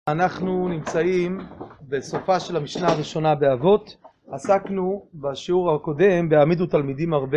אנחנו נמצאים בסופה של המשנה הראשונה באבות. עסקנו בשיעור הקודם בהעמידו תלמידים הרבה,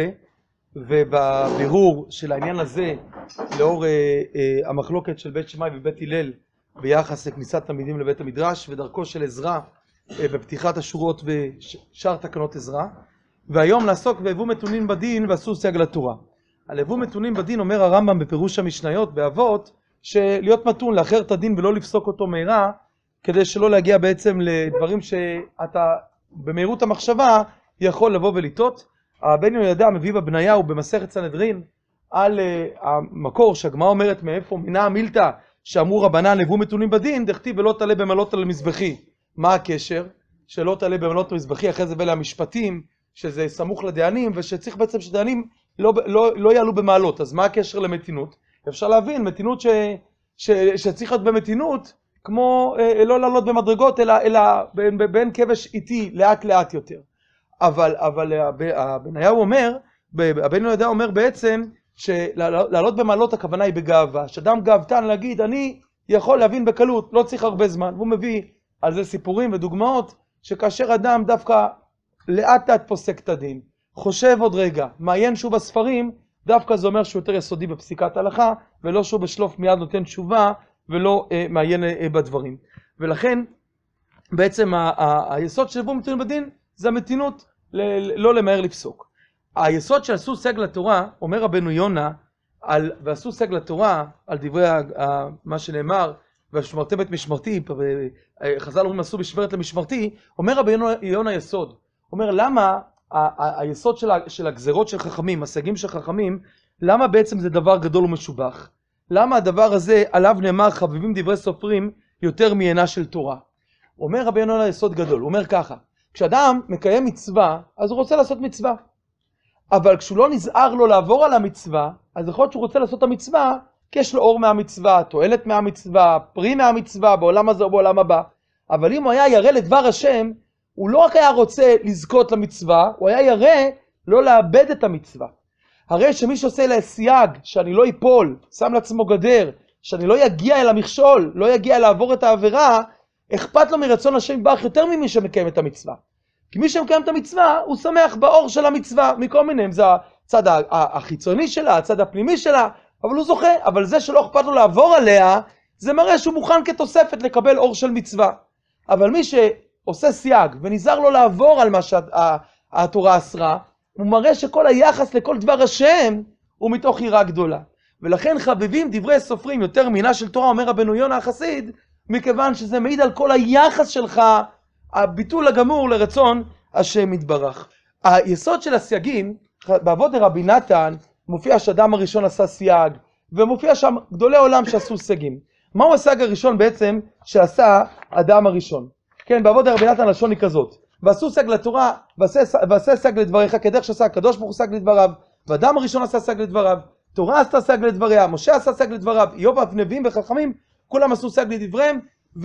ובבירור של העניין הזה לאור המחלוקת של בית שמאי ובית הלל ביחס לכניסת תלמידים לבית המדרש, ודרכו של עזרא בפתיחת השורות ושאר תקנות עזרא. והיום נעסוק בהבוא מתונים בדין ועשו סייג לתורה. על הבוא מתונים בדין אומר הרמב"ם בפירוש המשניות באבות, שלהיות מתון, לאחר את הדין ולא לפסוק אותו מהירה, כדי שלא להגיע בעצם לדברים שאתה במהירות המחשבה יכול לבוא ולטעות. הבן יהוידע מביא בבניהו במסכת סנהדרין על המקור שהגמרא אומרת מאיפה מנע מילתא שאמרו רבנן הבוא מתונים בדין, דכתיב ולא תעלה במעלות על המזבחי. מה הקשר? שלא תעלה במעלות על המזבחי, אחרי זה בא המשפטים שזה סמוך לדיינים, ושצריך בעצם שדיינים לא יעלו במעלות. אז מה הקשר למתינות? אפשר להבין, מתינות שצריך להיות במתינות, כמו לא לעלות במדרגות, אלא בין כבש איטי, לאט לאט יותר. אבל הבניהו אומר, הבן יהוידע אומר בעצם, שלעלות במעלות הכוונה היא בגאווה. שאדם גאוותן להגיד, אני יכול להבין בקלות, לא צריך הרבה זמן. והוא מביא על זה סיפורים ודוגמאות, שכאשר אדם דווקא לאט לאט פוסק את הדין, חושב עוד רגע, מעיין שוב בספרים, דווקא זה אומר שהוא יותר יסודי בפסיקת הלכה, ולא שהוא בשלוף מיד נותן תשובה, ולא מעיין בדברים. ולכן, בעצם היסוד של הבוא מתונים בדין, זה המתינות לא למהר לפסוק. היסוד שעשו סייג לתורה, אומר רבנו יונה, ועשו סייג לתורה, על דברי מה שנאמר, ושמרתם את משמרתי, חז"ל אומרים עשו משמרת למשמרתי, אומר רבנו יונה יסוד. אומר למה היסוד של הגזרות של חכמים, הסייגים של חכמים, למה בעצם זה דבר גדול ומשובח? למה הדבר הזה עליו נאמר חביבים דברי סופרים יותר מעינה של תורה? אומר רבי יונה יסוד גדול, הוא אומר ככה, כשאדם מקיים מצווה, אז הוא רוצה לעשות מצווה. אבל כשהוא לא נזהר לו לעבור על המצווה, אז יכול להיות שהוא רוצה לעשות את המצווה, כי יש לו אור מהמצווה, תועלת מהמצווה, פרי מהמצווה, בעולם הזה או בעולם הבא. אבל אם הוא היה ירא לדבר השם, הוא לא רק היה רוצה לזכות למצווה, הוא היה ירא לא לאבד את המצווה. הרי שמי שעושה לה סייג, שאני לא ייפול, שם לעצמו גדר, שאני לא יגיע אל המכשול, לא יגיע לעבור את העבירה, אכפת לו מרצון השם יתברך יותר ממי שמקיים את המצווה. כי מי שמקיים את המצווה, הוא שמח באור של המצווה, מכל מיני, זה הצד החיצוני שלה, הצד הפנימי שלה, אבל הוא זוכה. אבל זה שלא אכפת לו לעבור עליה, זה מראה שהוא מוכן כתוספת לקבל אור של מצווה. אבל מי שעושה סייג ונזהר לו לעבור על מה שהתורה אסרה, הוא מראה שכל היחס לכל דבר השם הוא מתוך יראה גדולה. ולכן חביבים דברי סופרים יותר מעינה של תורה, אומר רבנו יונה החסיד, מכיוון שזה מעיד על כל היחס שלך, הביטול הגמור לרצון השם יתברך. היסוד של הסייגים, באבות דרבי נתן, מופיע שאדם הראשון עשה סייג, ומופיע שם גדולי עולם שעשו סייגים. מהו הסייג הראשון בעצם שעשה אדם הראשון? כן, באבות דרבי נתן לשון היא כזאת. ועשו סייג לתורה, ועשה סייג לדבריך, כדרך שעשה הקדוש ברוך הוא סייג לדבריו, ואדם הראשון עשה סייג לדבריו, תורה עשתה סייג לדבריה, משה עשה סייג לדבריו, איוב ואף נביאים וחכמים, כולם עשו סייג לדבריהם,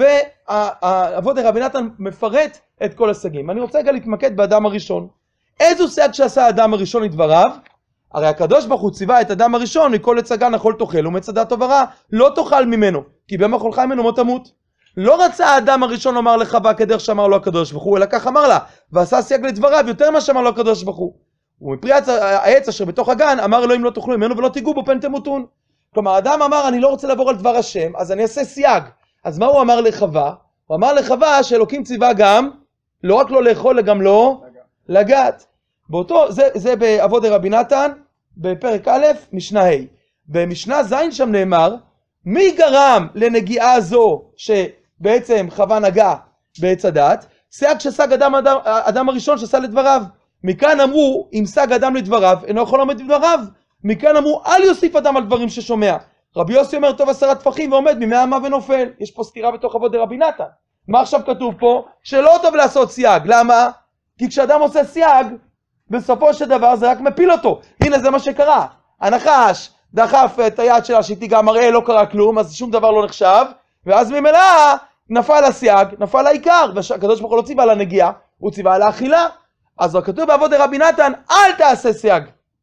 ואבות דרבי נתן מפרט את כל הסייגים. אני רוצה רגע להתמקד באדם הראשון. איזו סייג שעשה האדם הראשון לדבריו? הרי הקדוש ברוך הוא ציווה את האדם הראשון, מכל עץ הגן אכול תאכל, ומצד דעת טוב ורע לא תאכל ממנו, כי ביום אכולך ממנו מות תמות. לא רצה האדם הראשון לומר לחווה כדרך שאמר לו הקדוש ברוך הוא, אלא כך אמר לה, ועשה סייג לדבריו יותר מה שאמר לו הקדוש ברוך הוא. ומפרי העץ אשר בתוך הגן אמר אלוהים לא תאכלו ממנו ולא תיגעו בו פן תמותון. כלומר האדם אמר אני לא רוצה לעבור על דבר השם, אז אני אעשה סייג. אז מה הוא אמר לחווה? הוא אמר לחווה שאלוקים ציווה גם לא רק לא לאכול, אלא גם לא לגעת. זה באבות דרבי נתן בפרק א' משנה ה'. במשנה ז' שם נאמר מי גרם לנגיעה זו שבעצם חווה נגעה בעץ הדת? סייג שסג אדם הראשון שעשה לדבריו. מכאן אמרו אם סג אדם לדבריו אינו יכול לעמוד לדבריו. מכאן אמרו אל יוסיף אדם על דברים ששומע. רבי יוסי אומר טוב 10 טפחים ועומד ממאה אמה ונופל. יש פה סתירה בתוך אבות דרבי נתן. מה עכשיו כתוב פה? שלא טוב לעשות סייג. למה? כי כשאדם עושה סייג בסופו של דבר זה רק מפיל אותו. הנה זה מה שקרה. הנחש דחף את היד שלה שתיגע מראה, לא קרה כלום, אז שום דבר לא נחשב, ואז ממילא נפל הסייג, נפל העיקר, והקדוש ברוך הוא לא ציווה על הנגיעה, הוא ציווה על האכילה. אז כתוב באבות דרבי נתן, אל תעשה סייג.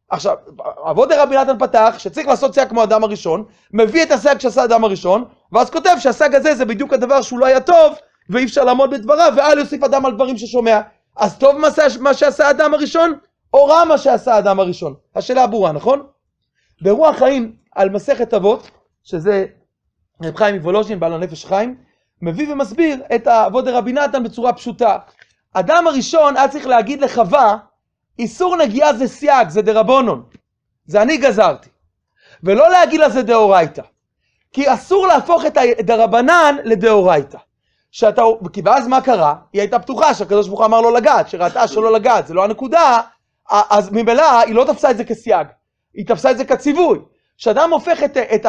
עכשיו, אבות דרבי נתן פתח שצריך לעשות סייג כמו האדם הראשון, מביא את הסייג שעשה האדם הראשון, ואז כותב שהסייג הזה זה בדיוק הדבר שהוא לא היה טוב, ואי אפשר לעמוד בדבריו, ואל יוסיף אדם על דברים ששומע. אז טוב מה שעשה האדם הראשון, או רע מה שעשה האדם הראשון? השאלה ברורה, נכון? ברוח חיים על מסכת אבות, שזה רב חיים מוולוז'ין, בעל הנפש חיים, מביא ומסביר את אבות דרבי נתן בצורה פשוטה. אדם הראשון היה צריך להגיד לחווה, איסור נגיעה זה סייג, זה דרבנון, זה אני גזרתי, ולא להגיד לה זה דאורייתא, כי אסור להפוך את דרבנן לדאורייתא. כי ואז מה קרה? היא הייתה פתוחה שהקדוש ברוך הוא אמר לא לגעת, שראתה שלא לגעת, זה לא הנקודה, אז ממילא היא לא תפסה את זה כסייג, היא תפסה את זה כציווי. כשאדם הופך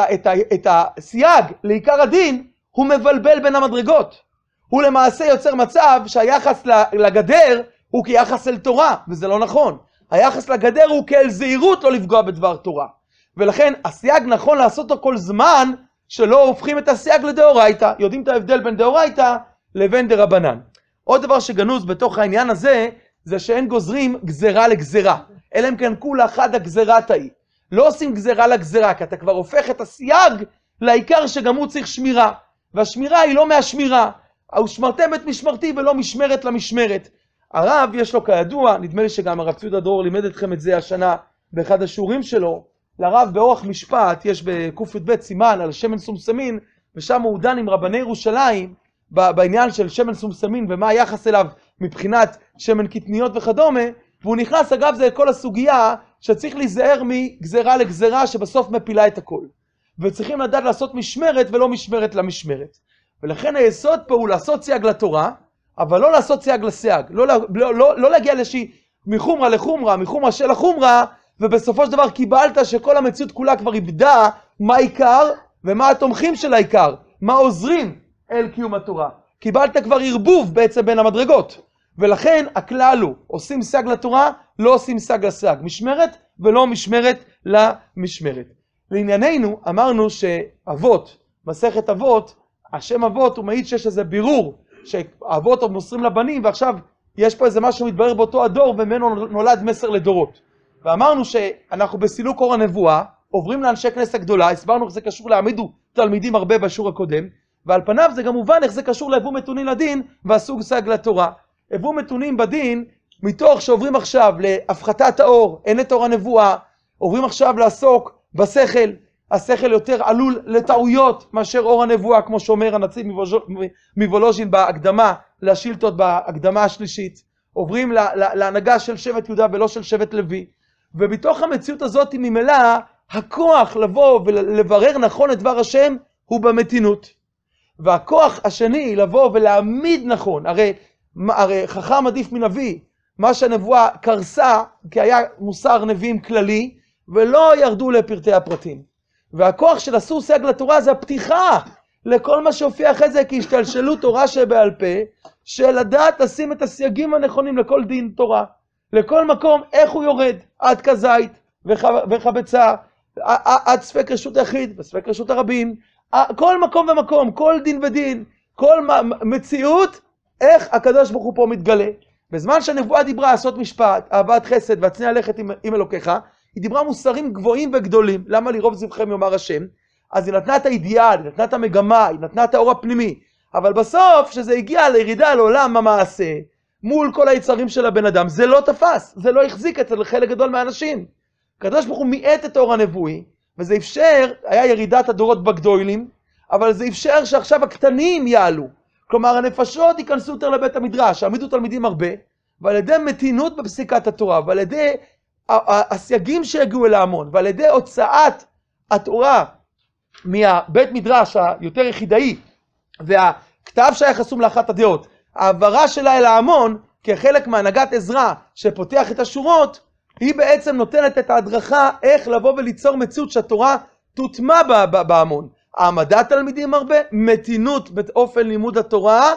את הסייג לעיקר הדין, הוא מבלבל בין המדרגות. הוא למעשה יוצר מצב שהיחס לגדר הוא כיחס אל תורה, וזה לא נכון. היחס לגדר הוא כאל זהירות לא לפגוע בדבר תורה. ולכן הסייג נכון לעשות אותו כל זמן שלא הופכים את הסייג לדאורייתא. יודעים את ההבדל בין דאורייתא לבין דרבנן. עוד דבר שגנוז בתוך העניין הזה, זה שאין גוזרים גזרה לגזרה. אלא אם כן כולה חד הגזרת ההיא. לא עושים גזרה לגזרה, כי אתה כבר הופך את הסייג לעיקר שגם הוא צריך שמירה. והשמירה היא לא מהשמירה. הוא שמרתם את משמרתי ולא משמרת למשמרת. הרב יש לו כידוע, נדמה לי שגם הרב ציודה דרור לימד אתכם את זה השנה באחד השיעורים שלו, לרב באורח משפט, יש בק"ב סימן על שמן סומסמין, ושם הוא דן עם רבני ירושלים בעניין של שמן סומסמין ומה היחס אליו מבחינת שמן קטניות וכדומה, והוא נכנס אגב זה כל הסוגיה שצריך להיזהר מגזרה לגזרה שבסוף מפילה את הכל. וצריכים לדעת לעשות משמרת ולא משמרת למשמרת. ולכן היסוד פה הוא לעשות סייג לתורה, אבל לא לעשות סייג לסייג. לא להגיע לשהי מחומרה לחומרה, מחומרה של החומרה, ובסופו של דבר קיבלת שכל המציאות כולה כבר איבדה מה העיקר ומה התומכים של העיקר, מה עוזרים אל קיום התורה. קיבלת כבר ערבוב בעצם בין המדרגות. ולכן הכלל הוא, עושים סייג לתורה, לא עושים סייג לסייג. משמרת ולא משמרת למשמרת. לענייננו אמרנו שאבות, מסכת אבות, השם אבות הוא מעיד שיש איזה בירור שהאבות עוד מוסרים לבנים, ועכשיו יש פה איזה משהו מתברר באותו הדור וממנו נולד מסר לדורות. ואמרנו שאנחנו בסילוק אור הנבואה, עוברים לאנשי כנסת הגדולה, הסברנו איך זה קשור להעמידו תלמידים הרבה בשיעור הקודם, ועל פניו זה גם מובן איך זה קשור להבוא מתונים לדין והסוג סייג לתורה. הבוא מתונים בדין מתוך שעוברים עכשיו להפחתת האור, אין את אור הנבואה, עוברים עכשיו לעסוק בשכל, השכל יותר עלול לטעויות מאשר אור הנבואה, כמו שאומר הנציב מוולוז'ין בהקדמה לשאילתות בהקדמה השלישית. עוברים להנהגה של שבט יהודה ולא של שבט לוי. ובתוך המציאות הזאת ממילא הכוח לבוא ולברר נכון את דבר השם הוא במתינות. והכוח השני לבוא ולהעמיד נכון, הרי חכם עדיף מנביא, מה שהנבואה קרסה כי היה מוסר נביאים כללי ולא ירדו לפרטי הפרטים. והכוח של עשו סייג לתורה זה הפתיחה לכל מה שהופיע אחרי זה כהשתלשלות תורה שבעל פה, של לדעת לשים את הסייגים הנכונים לכל דין תורה, לכל מקום איך הוא יורד, עד כזית וחבצה, עד ספק רשות היחיד וספק רשות הרבים, כל מקום ומקום, כל דין ודין, כל מציאות, איך הקדוש ברוך הוא פה מתגלה. בזמן שהנבואה דיברה לעשות משפט, אהבת חסד והצניע לכת עם אלוקיך, היא דיברה מוסרים גבוהים וגדולים. למה לרוב זבחם יאמר השם? אז היא נתנה את האידיאל, היא נתנה את המגמה, היא נתנה את האור הפנימי. אבל בסוף, שזה הגיע לירידה לעולם המעשה, מול כל היצרים של הבן אדם, זה לא תפס, זה לא החזיק אצל חלק גדול מהאנשים. הקדוש ברוך הוא מיעט את האור הנבואי, וזה אפשר, היה ירידת הדורות בגדולים, אבל זה אפשר שעכשיו הקטנים יעלו. כלומר, הנפשות ייכנסו יותר לבית המדרש, העמידו תלמידים הרבה, ועל ידי מתינות בפסיקת התורה, ועל ידי הסייגים שהגיעו אל ההמון, ועל ידי הוצאת התורה מהבית מדרש היותר יחידאי, והכתב שהיה חסום לאחת הדעות, העברה שלה אל ההמון, כחלק מהנהגת עזרא שפותח את השורות, היא בעצם נותנת את ההדרכה איך לבוא וליצור מציאות שהתורה תוטמע בהמון. העמדת תלמידים הרבה, מתינות באופן לימוד התורה,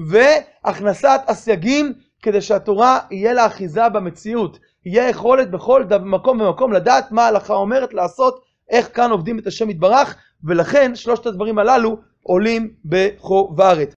והכנסת הסייגים כדי שהתורה יהיה לה אחיזה במציאות. יהיה יכולת בכל מקום ומקום לדעת מה ההלכה אומרת לעשות, איך כאן עובדים את השם יתברך, ולכן שלושת הדברים הללו עולים בחוברת.